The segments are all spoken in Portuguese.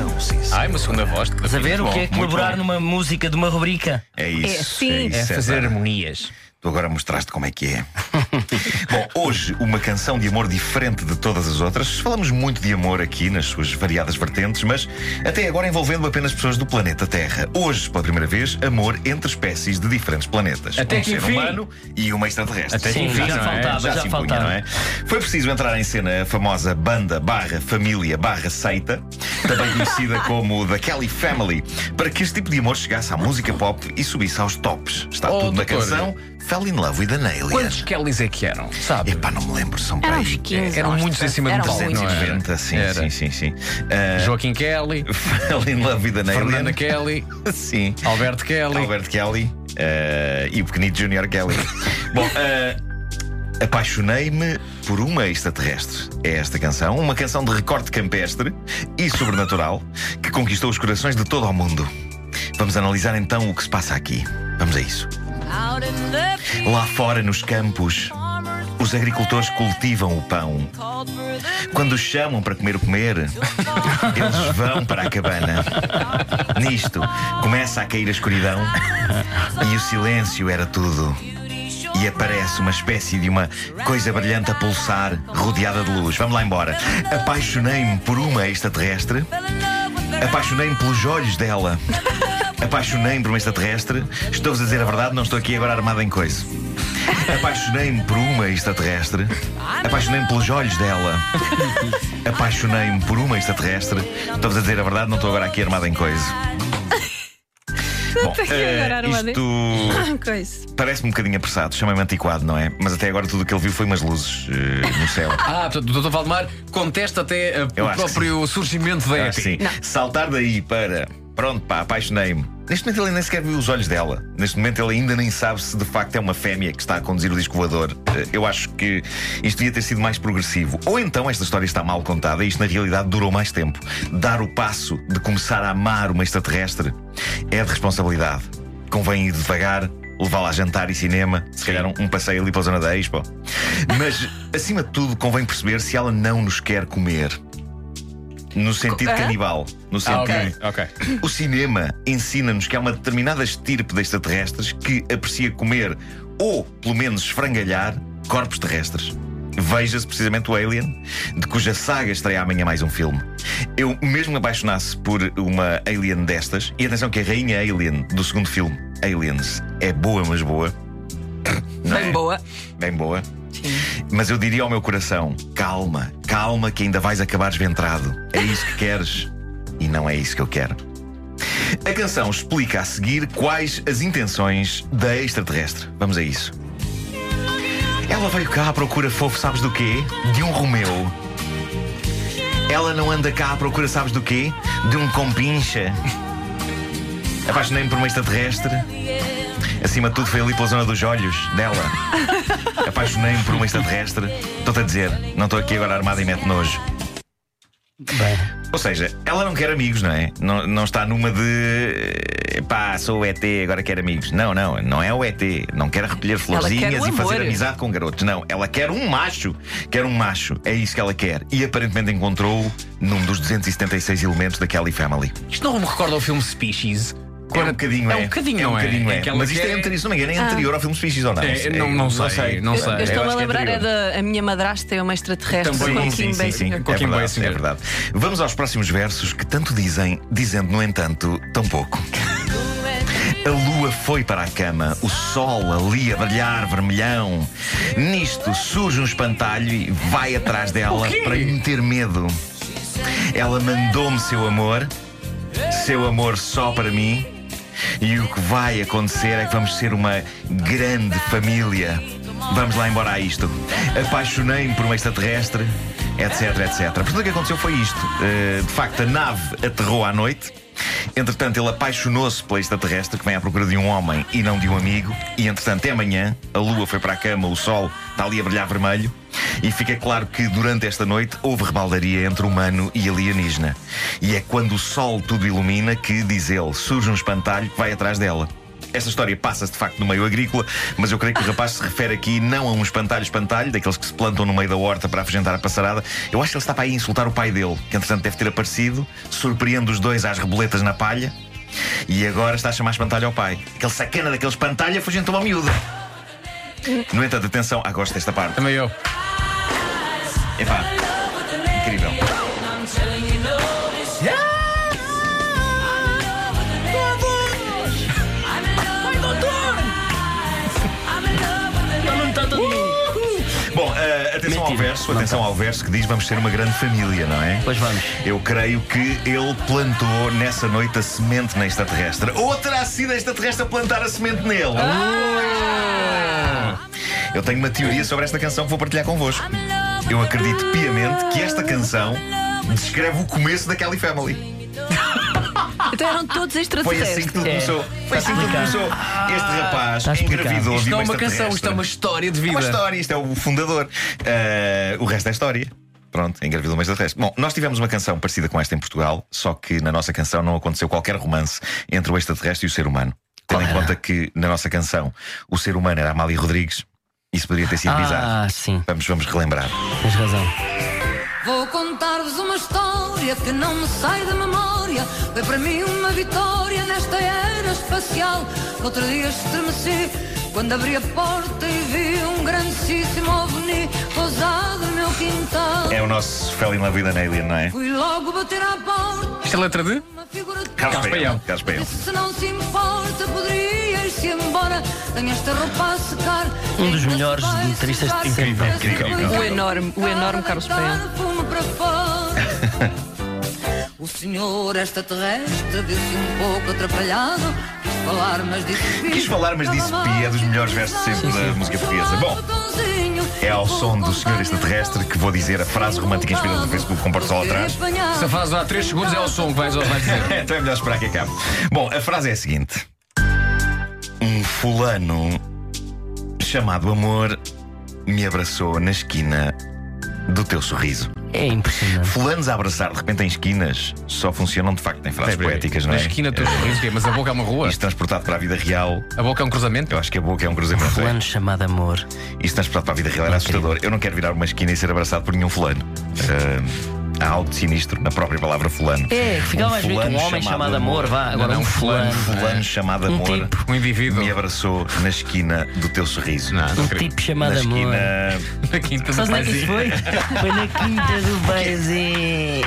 não, sim. Ai, uma segunda voz. Estás a ver o que é Muito colaborar bom. numa música de uma rubrica? É isso. sim. isso, É fazer Ana. harmonias. Tu agora mostraste como é que é. Bom, hoje uma canção de amor diferente de todas as outras. Falamos muito de amor aqui nas suas variadas vertentes, mas até agora envolvendo apenas pessoas do planeta Terra. Hoje, pela primeira vez, amor entre espécies de diferentes planetas. Até um que ser enfim. humano e uma extraterrestre. Até que Sim, enfim, já não é? faltava, já se impunha, faltava. não é? Foi preciso entrar em cena a famosa banda /família /seita, também conhecida como The Kelly Family, para que este tipo de amor chegasse à música pop e subisse aos tops. Está tudo na doutor. canção Fell in Love with an Alien. Quantos Kellys é que eram? Sabe? Epá, não me lembro, são para Eram aí uns 15. Eram aos muitos em cima do eram palco, muitos. não é? 390, sim, Era. sim. Joaquim Kelly, Fell in Love with an Fernanda Alien. Kelly, Sim. Alberto Kelly. Albert Kelly e o pequenito Junior Kelly. Bom, apaixonei-me por uma extraterrestre. É esta canção, uma canção de recorte campestre e sobrenatural que conquistou os corações de todo o mundo. Vamos analisar então o que se passa aqui. Vamos a isso. Lá fora nos campos, os agricultores cultivam o pão. Quando os chamam para comer o comer, eles vão para a cabana. Nisto, começa a cair a escuridão e o silêncio era tudo. E aparece uma espécie de uma coisa brilhante a pulsar, rodeada de luz. Vamos lá embora. Apaixonei-me por uma extraterrestre. Apaixonei-me pelos olhos dela. Apaixonei-me por uma extraterrestre. Estou-vos a dizer a verdade, não estou aqui agora armado em coisa. Apaixonei-me por uma extraterrestre. Apaixonei-me pelos olhos dela. Apaixonei-me por uma extraterrestre. Estou-vos a dizer a verdade, não estou agora aqui armado em coisa. Bom, agora armado em- isto Coisa. parece-me um bocadinho apressado, chama-me antiquado, não é? Mas até agora tudo o que ele viu foi umas luzes no céu. Portanto, o Dr. Valdemar contesta até Eu o acho que próprio surgimento da Eu EP. acho que sim. Não. Saltar daí para pronto, pá, apaixonei-me. Neste momento ele nem sequer viu os olhos dela. Neste momento ele ainda nem sabe se de facto é uma fêmea que está a conduzir o disco voador. Eu acho que isto devia ter sido mais progressivo. Ou então esta história está mal contada e isto na realidade durou mais tempo. Dar o passo de começar a amar uma extraterrestre é de responsabilidade. Convém ir devagar, levá-la a jantar e cinema, se calhar um passeio ali para a zona da Expo. Mas, acima de tudo, convém perceber se ela não nos quer comer. No sentido canibal. No sentido. Ok. O cinema ensina-nos que há uma determinada estirpe de extraterrestres que aprecia comer, ou pelo menos esfrangalhar, corpos terrestres. Veja-se precisamente o Alien, de cuja saga estreia amanhã mais um filme. Eu mesmo me apaixonasse por uma Alien destas, e atenção que a rainha Alien do segundo filme, Aliens, é boa, mas boa. Não Bem é? boa. Bem boa. Mas eu diria ao meu coração: calma, calma, que ainda vais acabar desventrado. É isso que queres e não é isso que eu quero. A canção explica a seguir quais as intenções da extraterrestre. Vamos a isso. Ela veio cá à procura, fofo, sabes do quê? De um Romeu. Ela não anda cá à procura, sabes do quê? De um compincha. Apaixonei-me por uma extraterrestre. Acima de tudo foi ali pela zona dos olhos dela. Apaixonei-me por uma extraterrestre. Estou-te a dizer, não estou aqui agora armado e mete nojo. Bem, Ou seja, ela não quer amigos, não é? Não está numa de pá, sou o ET, agora quero amigos. Não é o ET. Não quer recolher florzinhas quer o e fazer amor. amizade com garotos. Não, ela quer um macho. Quer um macho. É isso que ela quer. E aparentemente encontrou-o num dos 276 elementos da Kelly Family. Isto não me recorda o filme Species? É um bocadinho, É um bocadinho, não é? bocadinho, É que ela Mas isto quer- é anterior, se não me engano, é anterior ao filme Species ou não? Não sei. Eu estou-me Eu a acho que lembrar anterior. da a minha madrasta é uma extraterrestre Também, com Sim, Kim sim, sim. Basinger. Com Kim É verdade, Basinger. é verdade. Vamos aos próximos versos que tanto dizem, dizendo, no entanto, tão pouco. A lua foi para a cama, o sol ali a brilhar vermelhão. Nisto surge um espantalho e vai atrás dela para lhe meter medo. Ela mandou-me seu amor só para mim. E o que vai acontecer é que vamos ser uma grande família. Vamos lá embora a isto. Apaixonei-me por uma extraterrestre, etc. Portanto, o que aconteceu foi isto. De facto, a nave aterrou à noite. Entretanto, ele apaixonou-se pela extraterrestre que vem à procura de um homem e não de um amigo. E entretanto, é amanhã, a lua foi para a cama, o sol está ali a brilhar vermelho. E fica claro que durante esta noite houve rebaldaria entre humano e alienígena. E é quando o sol tudo ilumina que, diz ele, surge um espantalho que vai atrás dela. Esta história passa-se de facto no meio agrícola, mas eu creio que o rapaz se refere aqui não a um espantalho, daqueles que se plantam no meio da horta para afugentar a passarada. Eu acho que ele está para aí insultar o pai dele, que entretanto deve ter aparecido, surpreende os dois às reboletas na palha, e agora está a chamar espantalho ao pai. Aquele sacana daquele espantalho afugentou uma miúda. No entanto, atenção, gosto desta parte. Também eu. Epá, incrível. Não está todo mundo. Bom, atenção Mentira. ao verso que diz: vamos ser uma grande família, não é? Pois vamos. Eu creio que ele plantou nessa noite a semente na extraterrestre. Ou terá sido a extraterrestre a plantar a semente nele? Eu tenho uma teoria sobre esta canção que vou partilhar convosco. Eu acredito piamente que esta canção descreve o começo da Kelly Family. Então eram todos Foi extraterrestres. assim que tudo começou. Foi assim que tudo começou. Este rapaz Está explicado. engravidou Isto de não é uma uma canção, isto é uma história de vida. Uma história, isto é o fundador. O resto é história. Pronto, engravidou uma extraterrestre. Bom, nós tivemos uma canção parecida com esta em Portugal, só que na nossa canção não aconteceu qualquer romance entre o extraterrestre e o ser humano. Tendo em conta que na nossa canção o ser humano era Amália Rodrigues, isso poderia ter sido bizarro. Sim, Vamos relembrar. tens razão. Vou contar-vos uma história que não me sai da memória. Foi para mim uma vitória nesta era espacial. Outro dia estremeci quando abri a porta e vi um grandíssimo ovni pousado no meu quintal. É o nosso Fell in Love with an Alien, não é? Fui logo bater à porta. Isto é letra de? Uma figura de Carlos Paião. Carlos Paião. Se não se importa, poderia ir-se embora. Tenho esta roupa a secar. Um dos melhores guitarristas de sempre. Incrível. O enorme Carlos Paião. Fumo para fora. O senhor extraterrestre disse um pouco atrapalhado. Quis falar, mas disse pi. É dos melhores versos de sempre da música portuguesa. Bom, é ao som do senhor extraterrestre que vou dizer a frase romântica inspirada do Facebook com porta-sol atrás. Se a fase há 3 segundos é o som que vais dizer. Então é melhor esperar que acabe. Bom, a frase é a seguinte: um fulano chamado amor me abraçou na esquina do teu sorriso. É impressionante. Fulanos a abraçar de repente em esquinas só funcionam de facto em frases poéticas, não é? Na esquina do teu sorriso, mas a boca é uma rua. Isto transportado para a vida real, A boca é um cruzamento. eu acho que a boca é um cruzamento. Fulano chamado amor. Isto transportado para a vida real era assustador. Eu não quero virar uma esquina e ser abraçado por nenhum fulano. Há algo de sinistro na própria palavra fulano. É, ficava mais bem que fulano um homem chamado amor, vá. Agora Não, um fulano. Fulano chamado Um amor tipo. Um indivíduo. me abraçou na esquina do teu sorriso. Não Um acredito. tipo chamado Na amor. esquina. Na quinta do Sabes onde é que isso paizinho. foi? Foi na quinta do Baizinho.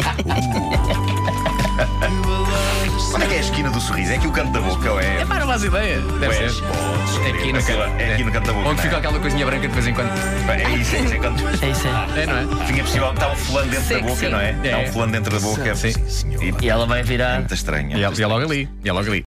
Onde é que é a esquina do sorriso? É aqui o canto da boca ou é? É mais uma ideia. Deve Pois, ser. podes É aqui no crer. canto. É aqui no canto da boca. Onde não fica é? aquela coisinha branca de vez em quando. É isso, é quando. É isso aí. É, não é? Tinha possível, está um fulano dentro da Sexy. boca, não é? Está um fulano dentro da boca. Sim. Senhor. E ela vai virar. Muito estranha. E é logo ali. E é logo ali.